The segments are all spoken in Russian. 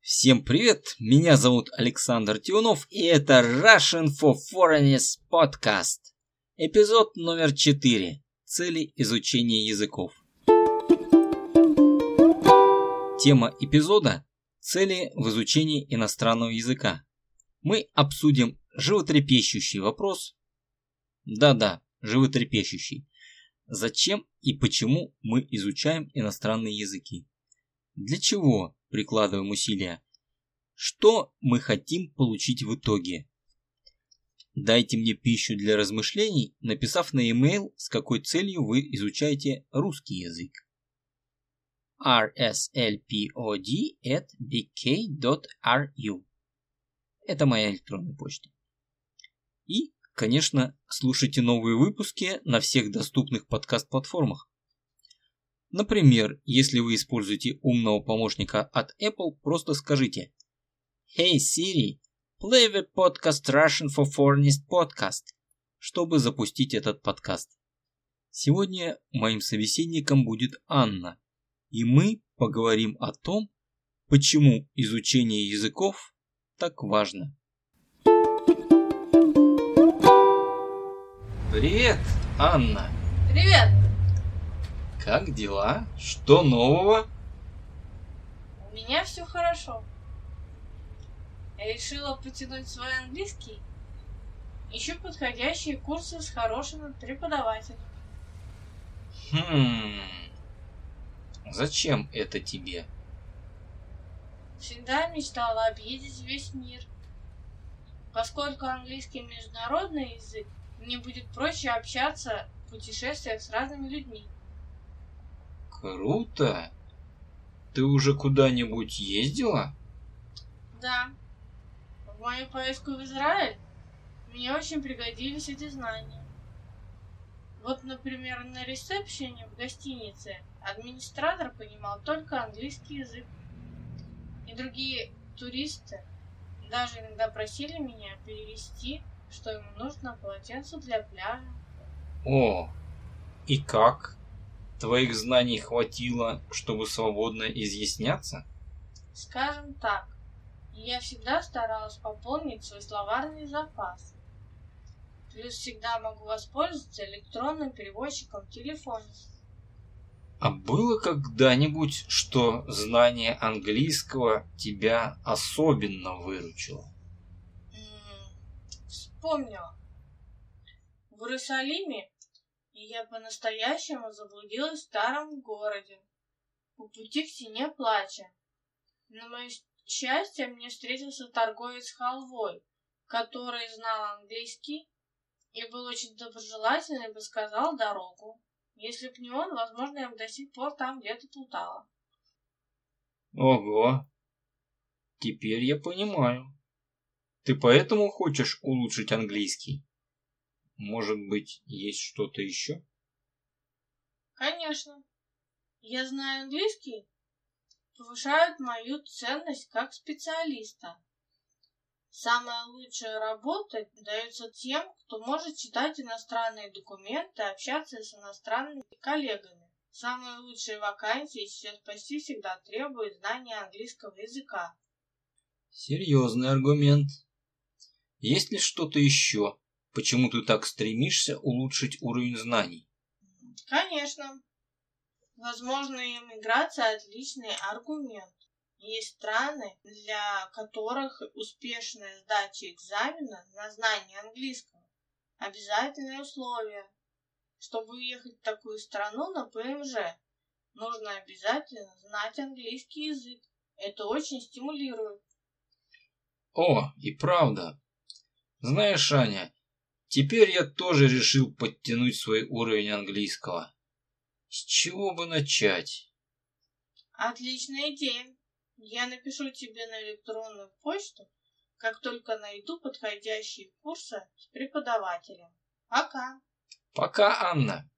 Всем привет, меня зовут Александр Тиунов, и это Russian for Foreigners Podcast. Эпизод номер 4. Цели изучения языков. Тема эпизода – цели в изучении иностранного языка. Мы обсудим животрепещущий вопрос. Да-да, животрепещущий. Зачем и почему мы изучаем иностранные языки? Для чего прикладываем усилия? Что мы хотим получить в итоге? Дайте мне пищу для размышлений, написав на e-mail, с какой целью вы изучаете русский язык. rslpod@bk.ru. Это моя электронная почта. И, конечно, слушайте новые выпуски на всех доступных подкаст-платформах. Например, если вы используете умного помощника от Apple, просто скажите «Hey Siri, play the podcast Russian for Foreigners podcast», чтобы запустить этот подкаст. Сегодня моим собеседником будет Анна, и мы поговорим о том, почему изучение языков так важно. Привет, Анна! Привет! Как дела? Что нового? У меня все хорошо. Я решила потянуть свой английский. Ищу подходящие курсы с хорошим преподавателем. Зачем это тебе? Всегда мечтала объездить весь мир. Поскольку английский международный язык, мне будет проще общаться в путешествиях с разными людьми. Круто! Ты уже куда-нибудь ездила? Да. В мою поездку в Израиль мне очень пригодились эти знания. Вот, например, на ресепшене в гостинице администратор понимал только английский язык. И другие туристы даже иногда просили меня перевести, что ему нужно полотенце для пляжа. О, и как? Твоих знаний хватило, чтобы свободно изъясняться? Скажем так, я всегда старалась пополнить свой словарный запас. Плюс всегда могу воспользоваться электронным переводчиком в телефоне. А было когда-нибудь, что знание английского тебя особенно выручило? Вспомнила. В Иерусалиме я по-настоящему заблудилась в старом городе, по пути к стене плача. На мое счастье, мне встретился торговец халвой, который знал английский и был очень доброжелательный и подсказал дорогу. Если б не он, возможно, я бы до сих пор там где-то плутала. Ого, теперь я понимаю. Ты поэтому хочешь улучшить английский? Может быть, есть что-то еще? Конечно. Я знаю английский, повышает мою ценность как специалиста. Самая лучшая работа дается тем, кто может читать иностранные документы и общаться с иностранными коллегами. Самые лучшие вакансии сейчас почти всегда требуют знания английского языка. Серьезный аргумент. Есть ли что-то еще? Почему ты так стремишься улучшить уровень знаний? Конечно. Возможная иммиграция – отличный аргумент. Есть страны, для которых успешная сдача экзамена на знание английского – обязательное условие. Чтобы уехать в такую страну на ПМЖ, нужно обязательно знать английский язык. Это очень стимулирует. О, и правда. Знаешь, Аня, теперь я тоже решил подтянуть свой уровень английского. С чего бы начать? Отличная идея. Я напишу тебе на электронную почту, как только найду подходящие курсы с преподавателем. Пока. Пока, Анна.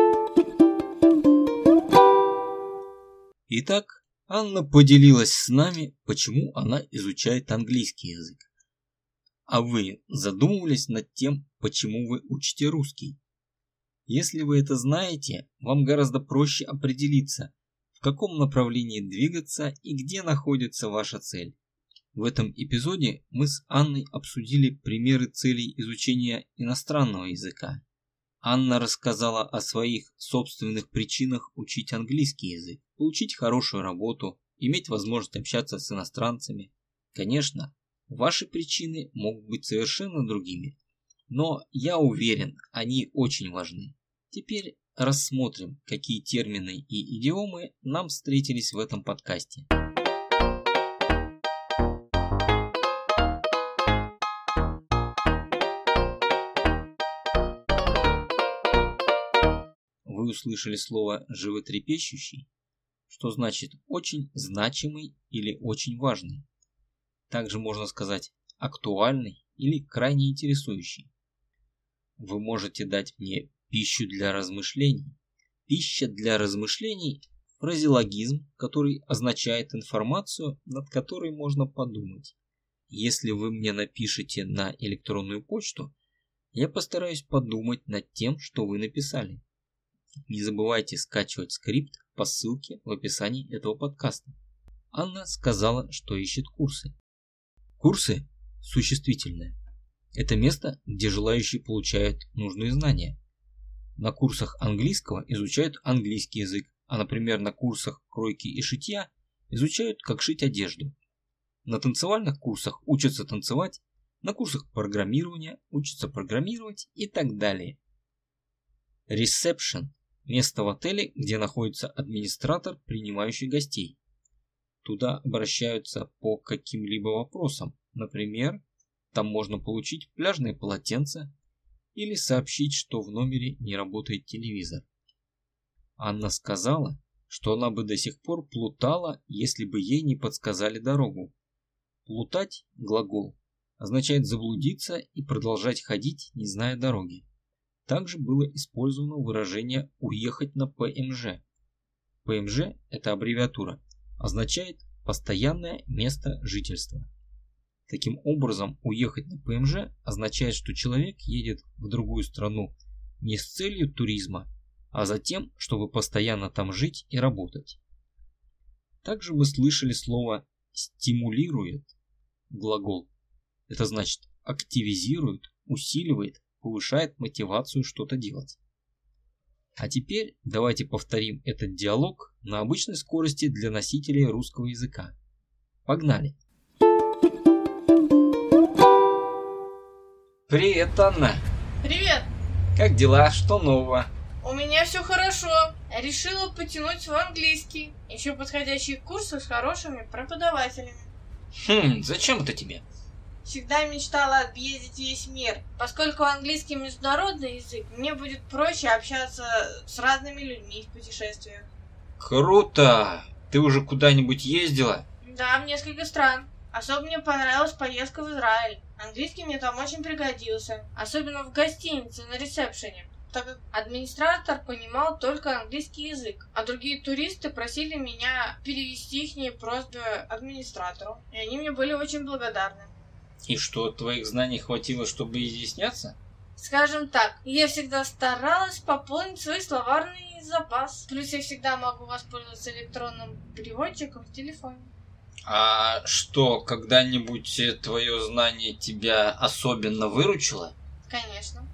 Итак, Анна поделилась с нами, почему она изучает английский язык. А вы задумывались над тем, почему вы учите русский? Если вы это знаете, вам гораздо проще определиться, в каком направлении двигаться и где находится ваша цель. В этом эпизоде мы с Анной обсудили примеры целей изучения иностранного языка. Анна рассказала о своих собственных причинах учить английский язык, получить хорошую работу, иметь возможность общаться с иностранцами. Конечно, ваши причины могут быть совершенно другими, но я уверен, они очень важны. Теперь рассмотрим, какие термины и идиомы нам встретились в этом подкасте. Вы услышали слово «животрепещущий», что значит «очень значимый» или «очень важный». Также можно сказать «актуальный» или «крайне интересующий». Вы можете дать мне пищу для размышлений. Пища для размышлений – фразеологизм, который означает информацию, над которой можно подумать. Если вы мне напишите на электронную почту, я постараюсь подумать над тем, что вы написали. Не забывайте скачивать скрипт по ссылке в описании этого подкаста. Анна сказала, что ищет курсы. Курсы – существительное. Это место, где желающие получают нужные знания. На курсах английского изучают английский язык, а, например, на курсах кройки и шитья изучают, как шить одежду. На танцевальных курсах учатся танцевать, на курсах программирования учатся программировать и так далее. Ресепшн – место в отеле, где находится администратор, принимающий гостей. Туда обращаются по каким-либо вопросам, например, там можно получить пляжные полотенца или сообщить, что в номере не работает телевизор. Анна сказала, что она бы до сих пор плутала, если бы ей не подсказали дорогу. Плутать – глагол, означает заблудиться и продолжать ходить, не зная дороги. Также было использовано выражение «уехать на ПМЖ». ПМЖ – это аббревиатура, означает «постоянное место жительства». Таким образом, уехать на ПМЖ означает, что человек едет в другую страну не с целью туризма, а за тем, чтобы постоянно там жить и работать. Также мы слышали слово «стимулирует» глагол. Это значит активизирует, усиливает, повышает мотивацию что-то делать. А теперь давайте повторим этот диалог на обычной скорости для носителей русского языка. Погнали! Привет, Анна! Привет! Как дела? Что нового? У меня все хорошо. Решила потянуть свой английский. Еще подходящие курсы с хорошими преподавателями. Зачем это тебе? Всегда мечтала объездить весь мир. Поскольку английский международный язык, мне будет проще общаться с разными людьми в путешествиях. Круто! Ты уже куда-нибудь ездила? Да, в несколько стран. Особо мне понравилась поездка в Израиль. Английский мне там очень пригодился. Особенно в гостинице на ресепшене, так как администратор понимал только английский язык, а другие туристы просили меня перевести их просьбы администратору. И они мне были очень благодарны. И что, твоих знаний хватило, чтобы изъясняться? Скажем так, я всегда старалась пополнить свой словарный запас. Плюс я всегда могу воспользоваться электронным переводчиком в телефоне. А что, когда-нибудь твое знание тебя особенно выручило? Конечно.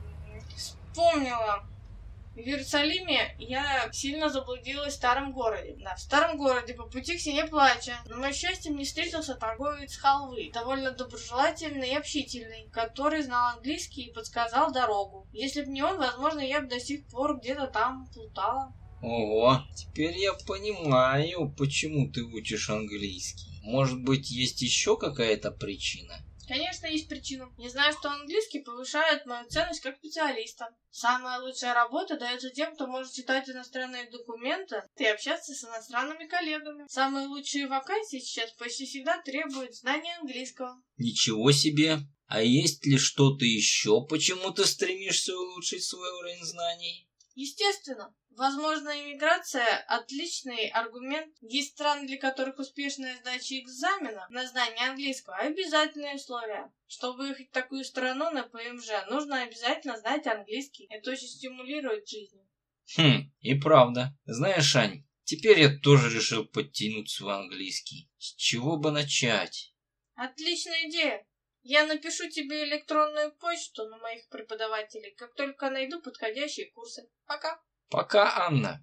Вспомнила. В Иерусалиме я сильно заблудилась в старом городе. Да, в старом городе по пути к стене плача. На мое счастье мне встретился торговец халвы, довольно доброжелательный и общительный, который знал английский и подсказал дорогу. Если бы не он, возможно, я бы до сих пор где-то там плутала. Ого, теперь я понимаю, почему ты учишь английский. Может быть, есть еще какая-то причина? Конечно, есть причина. Я знаю, что английский повышает мою ценность как специалиста. Самая лучшая работа дается тем, кто может читать иностранные документы и общаться с иностранными коллегами. Самые лучшие вакансии сейчас почти всегда требуют знания английского. Ничего себе! А есть ли что-то еще, почему ты стремишься улучшить свой уровень знаний? Естественно. Возможно, иммиграция – отличный аргумент. Есть страны, для которых успешная сдача экзамена на знание английского – обязательное условие. Чтобы выехать в такую страну на ПМЖ, нужно обязательно знать английский. Это очень стимулирует жизнь. И правда. Знаешь, Ань, теперь я тоже решил подтянуть свой английский. С чего бы начать? Отличная идея. Я напишу тебе электронную почту на моих преподавателей, как только найду подходящие курсы. Пока. Пока, Анна.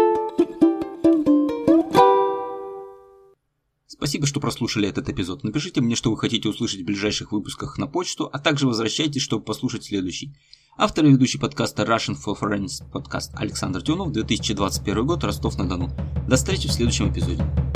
Спасибо, что прослушали этот эпизод. Напишите мне, что вы хотите услышать в ближайших выпусках на почту, а также возвращайтесь, чтобы послушать следующий. Автор и ведущий подкаста Russian for Foreigners подкаст Александр Тюнов, 2021 год, Ростов-на-Дону. До встречи в следующем эпизоде.